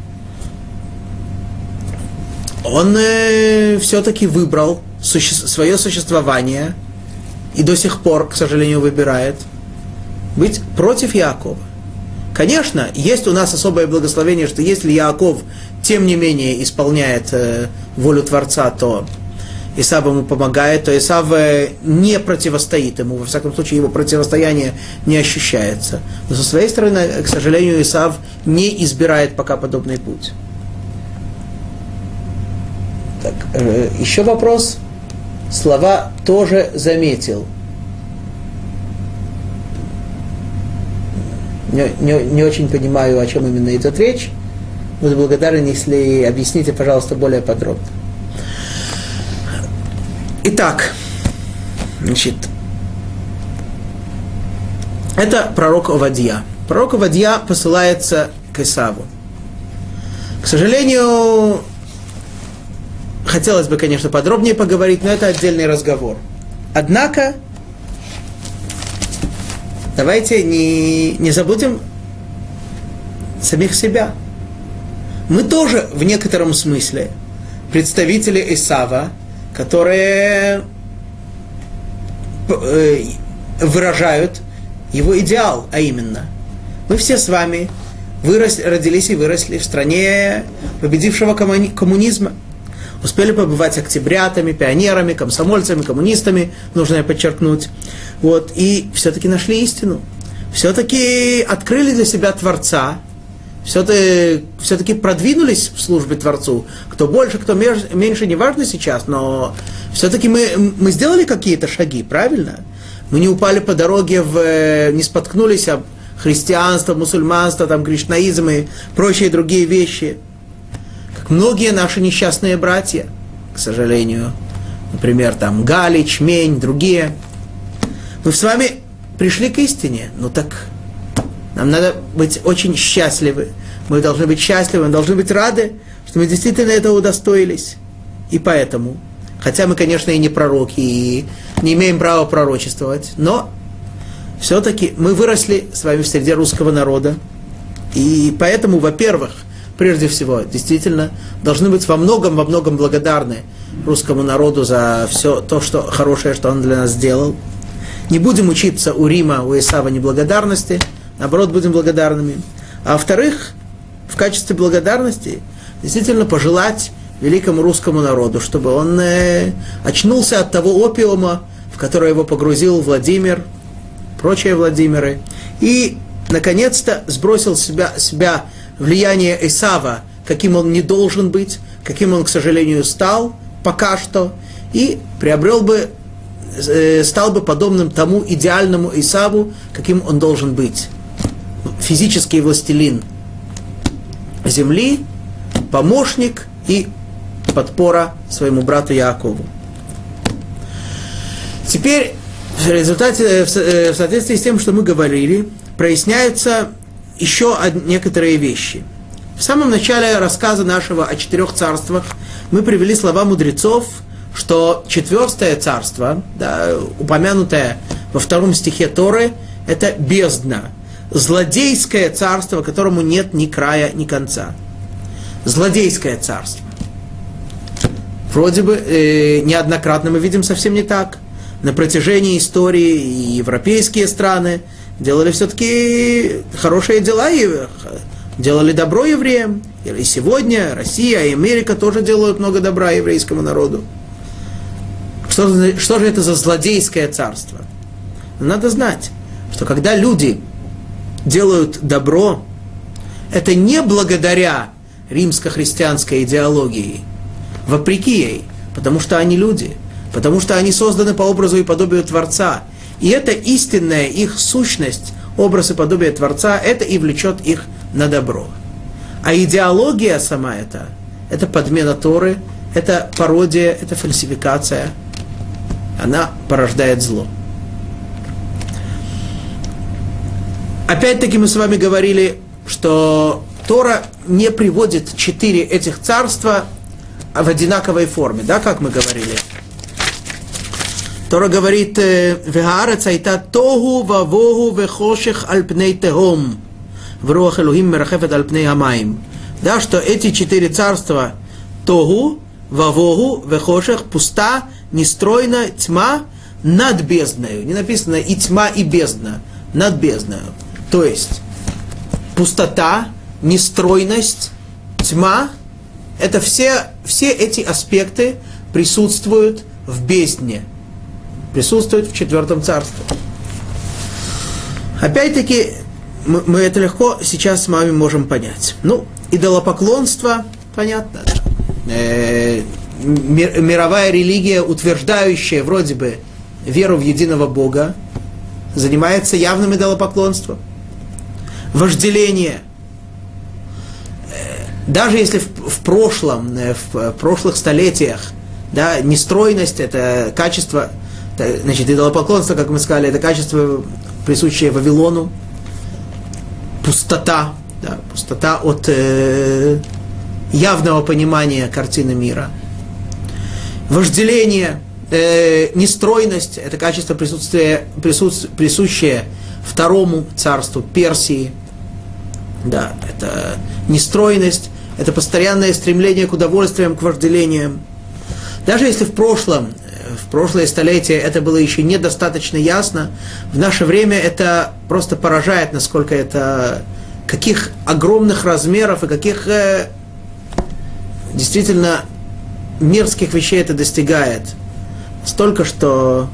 Speaker 1: он все-таки выбрал свое существование, и до сих пор, к сожалению, выбирает быть против Яакова. Конечно, есть у нас особое благословение, что если Яаков, тем не менее, исполняет волю Творца, то Исав ему помогает, то Исав не противостоит ему, во всяком случае, его противостояние не ощущается. Но со своей стороны, к сожалению, Исав не избирает пока подобный путь. Так, еще вопрос. Слова «тоже заметил». Не очень понимаю, о чем именно идет речь. Буду благодарен, если объясните, пожалуйста, более подробно. Итак, это пророк Овадья. Пророк Овадья посылается к Исаву. К сожалению, хотелось бы, конечно, подробнее поговорить, но это отдельный разговор. Однако, давайте не забудем самих себя. Мы тоже, в некотором смысле, представители Исава, которые выражают его идеал, а именно, мы все с вами родились и выросли в стране победившего коммунизма. успели побывать октябрятами, пионерами, комсомольцами, коммунистами, нужно подчеркнуть. Вот, и все-таки нашли истину. Все-таки открыли для себя Творца, все-таки продвинулись в службе Творцу. Кто больше, кто меньше, не важно сейчас, но все-таки мы сделали какие-то шаги, правильно? Мы не упали по дороге, не споткнулись об христианство, мусульманство, там, кришнаизм и прочие другие вещи. Как многие наши несчастные братья, к сожалению. Например, там Галич, Мень, другие. Мы с вами пришли к истине. Ну так нам надо быть очень счастливы. Мы должны быть счастливы, мы должны быть рады, что мы действительно этого удостоились. И поэтому, хотя мы, конечно, и не пророки, и не имеем права пророчествовать, но все-таки мы выросли с вами в среде русского народа. И поэтому, во-первых, прежде всего, действительно, должны быть во многом благодарны русскому народу за все то, что хорошее, что он для нас сделал. Не будем учиться у Рима, у Исава неблагодарности, наоборот, будем благодарными. А во-вторых, в качестве благодарности действительно пожелать великому русскому народу, чтобы он очнулся от того опиума, в который его погрузил Владимир, прочие Владимиры, и, наконец-то, сбросил с себя влияние Исава, каким он не должен быть, каким он, к сожалению, стал пока что, и стал бы подобным тому идеальному Исаву, каким он должен быть. Физический властелин земли, помощник и подпора своему брату Яакову. Теперь, в соответствии с тем, что мы говорили, проясняются еще некоторые вещи. В самом начале рассказа нашего о 4 царствах мы привели слова мудрецов, что 4 царство, да, упомянутое во 2 стихе Торы, это бездна, злодейское царство, которому нет ни края, ни конца. Злодейское царство. Вроде бы неоднократно мы видим совсем не так. На протяжении истории и европейские страны делали все-таки хорошие дела, делали добро евреям. И сегодня Россия и Америка тоже делают много добра еврейскому народу. Что же это за злодейское царство? Надо знать, что когда люди делают добро, это не благодаря римско-христианской идеологии, вопреки ей, потому что они люди, потому что они созданы по образу и подобию Творца. И это истинная их сущность, образ и подобие Творца, это и влечет их на добро. А идеология сама это подмена Торы, это пародия, это фальсификация. Она порождает зло. Опять-таки мы с вами говорили, что Тора не приводит 4 этих царства в одинаковой форме, да, как мы говорили. Тора говорит: «Вехаарец айта тогу вавогу вехошех аль пней техом, вруах Элохим мерахефет аль пней хамаим». Да, что эти 4 царства тогу, вавогу, вехошех, пуста, нестройна, тьма над бездною. Не написано и тьма, и бездна, над бездною. То есть пустота, нестройность, тьма, это все эти аспекты присутствуют в бездне, присутствуют в 4 царстве. Опять-таки, мы это легко сейчас с вами можем понять. Ну, идолопоклонство, понятно. Мировая религия, утверждающая вроде бы веру в единого Бога, занимается явным идолопоклонством. Вожделение. Даже если в прошлых столетиях, да, нестройность, это качество, значит, идолопоклонство, как мы сказали, это качество, присущее Вавилону, пустота, да, пустота от явного понимания картины мира. Вожделение, нестройность, это качество, присущее 2 царству Персии. Да, это нестройность, это постоянное стремление к удовольствиям, к вожделениям. Даже если в прошлое столетие это было еще недостаточно ясно, в наше время это просто поражает, насколько это, каких огромных размеров и каких действительно мирских вещей это достигает столько, что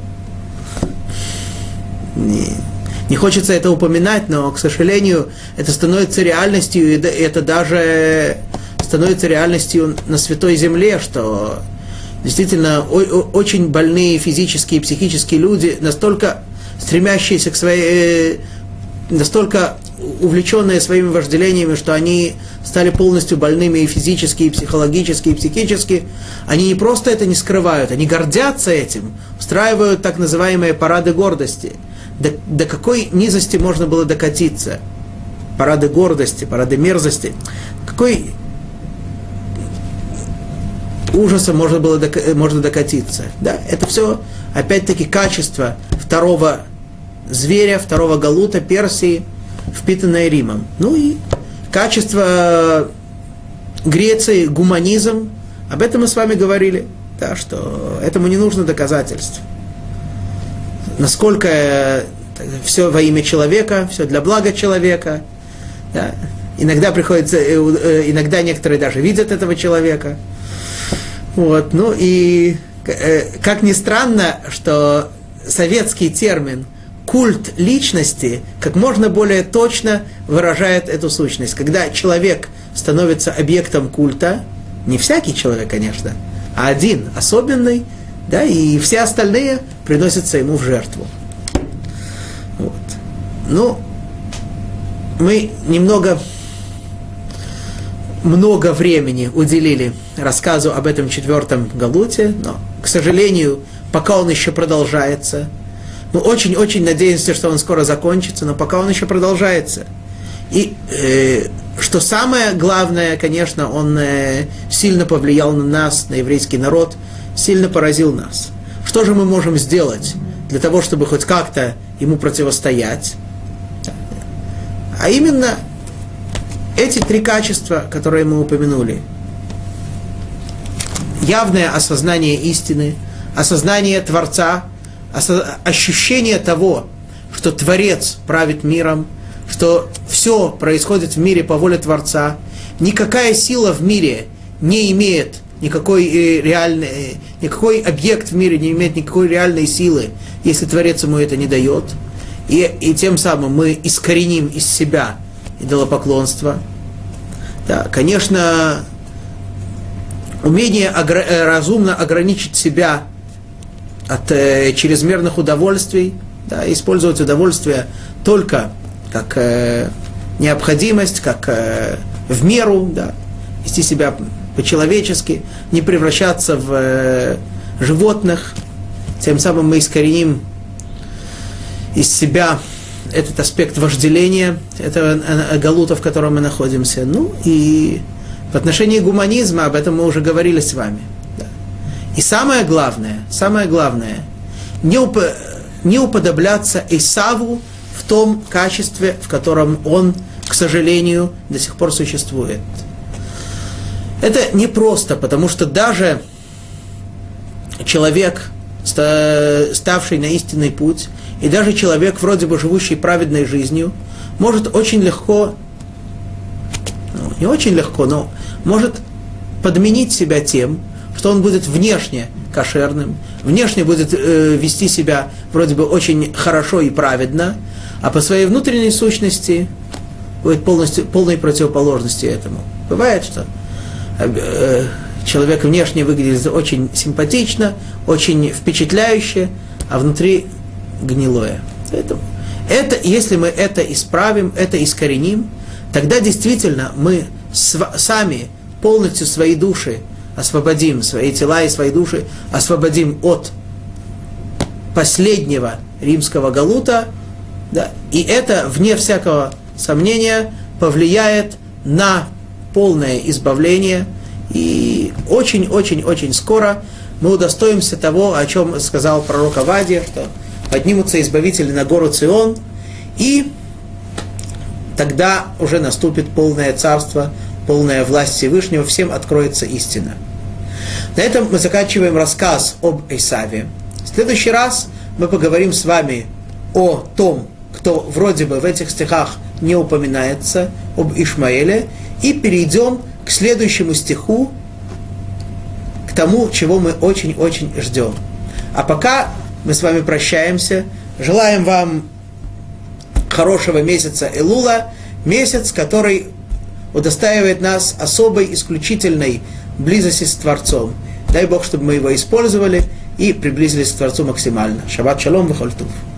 Speaker 1: не хочется это упоминать, но, к сожалению, это становится реальностью, и это даже становится реальностью на Святой Земле, что действительно очень больные физические и психические люди, настолько стремящиеся к своей, настолько увлеченные своими вожделениями, что они стали полностью больными и физически, и психологически, и психически, они не просто это не скрывают, они гордятся этим, устраивают так называемые парады гордости. До какой низости можно было докатиться? Парады гордости, парады мерзости. Какой ужаса можно докатиться? Да? Это все, опять-таки, качество второго зверя, второго галута Персии, впитанное Римом. Ну и качество Греции, гуманизм, об этом мы с вами говорили, да, что этому не нужно доказательств. Насколько все во имя человека, все для блага человека. Да. Иногда приходится, иногда некоторые даже видят этого человека. Вот. Ну и как ни странно, что советский термин культ личности как можно более точно выражает эту сущность. Когда человек становится объектом культа, не всякий человек, конечно, а один, особенный, да, и все остальные приносятся ему в жертву. Вот. Ну, мы много времени уделили рассказу об этом 4-м галуте, но, к сожалению, пока он еще продолжается, мы очень-очень надеемся, что он скоро закончится, но пока он еще продолжается. И что самое главное, конечно, он сильно повлиял на нас, на еврейский народ, сильно поразил нас. Что же мы можем сделать для того, чтобы хоть как-то ему противостоять? А именно эти 3 качества, которые мы упомянули. Явное осознание истины, осознание Творца, ощущение того, что Творец правит миром, что все происходит в мире по воле Творца. Никакая сила в мире не имеет никакой объект в мире не имеет никакой реальной силы, если Творец ему это не дает. И тем самым мы искореним из себя идолопоклонство. Да, конечно, умение разумно ограничить себя от чрезмерных удовольствий, да, использовать удовольствие только как необходимость, как в меру, да, вести себя по-человечески, не превращаться в животных. Тем самым мы искореним из себя этот аспект вожделения, этого галута, в котором мы находимся. Ну и в отношении гуманизма, об этом мы уже говорили с вами. Да. И самое главное, не уподобляться Исаву в том качестве, в котором он, к сожалению, до сих пор существует. Это непросто, потому что даже человек, ставший на истинный путь, и даже человек, вроде бы живущий праведной жизнью, может очень легко, не очень легко, но может подменить себя тем, что он будет внешне кошерным, внешне будет вести себя вроде бы очень хорошо и праведно, а по своей внутренней сущности будет полной противоположностью этому. Бывает, что человек внешне выглядит очень симпатично, очень впечатляюще, а внутри гнилое. Это, если мы это исправим, это искореним, тогда действительно мы сами полностью свои души освободим, свои тела и свои души освободим от последнего римского галута, да, и это, вне всякого сомнения, повлияет на полное избавление, и очень-очень-очень скоро мы удостоимся того, о чем сказал пророк Авадия, что поднимутся избавители на гору Цион, и тогда уже наступит полное царство, полная власть Всевышнего, всем откроется истина. На этом мы заканчиваем рассказ об Исаве. В следующий раз мы поговорим с вами о том, кто вроде бы в этих стихах не упоминается, об Ишмаэле, и перейдем к следующему стиху, к тому, чего мы очень-очень ждем. А пока мы с вами прощаемся, желаем вам хорошего месяца Элула, месяц, который удостаивает нас особой, исключительной близости с Творцом. Дай Бог, чтобы мы его использовали и приблизились к Творцу максимально. Шаббат шалом вехоль тув.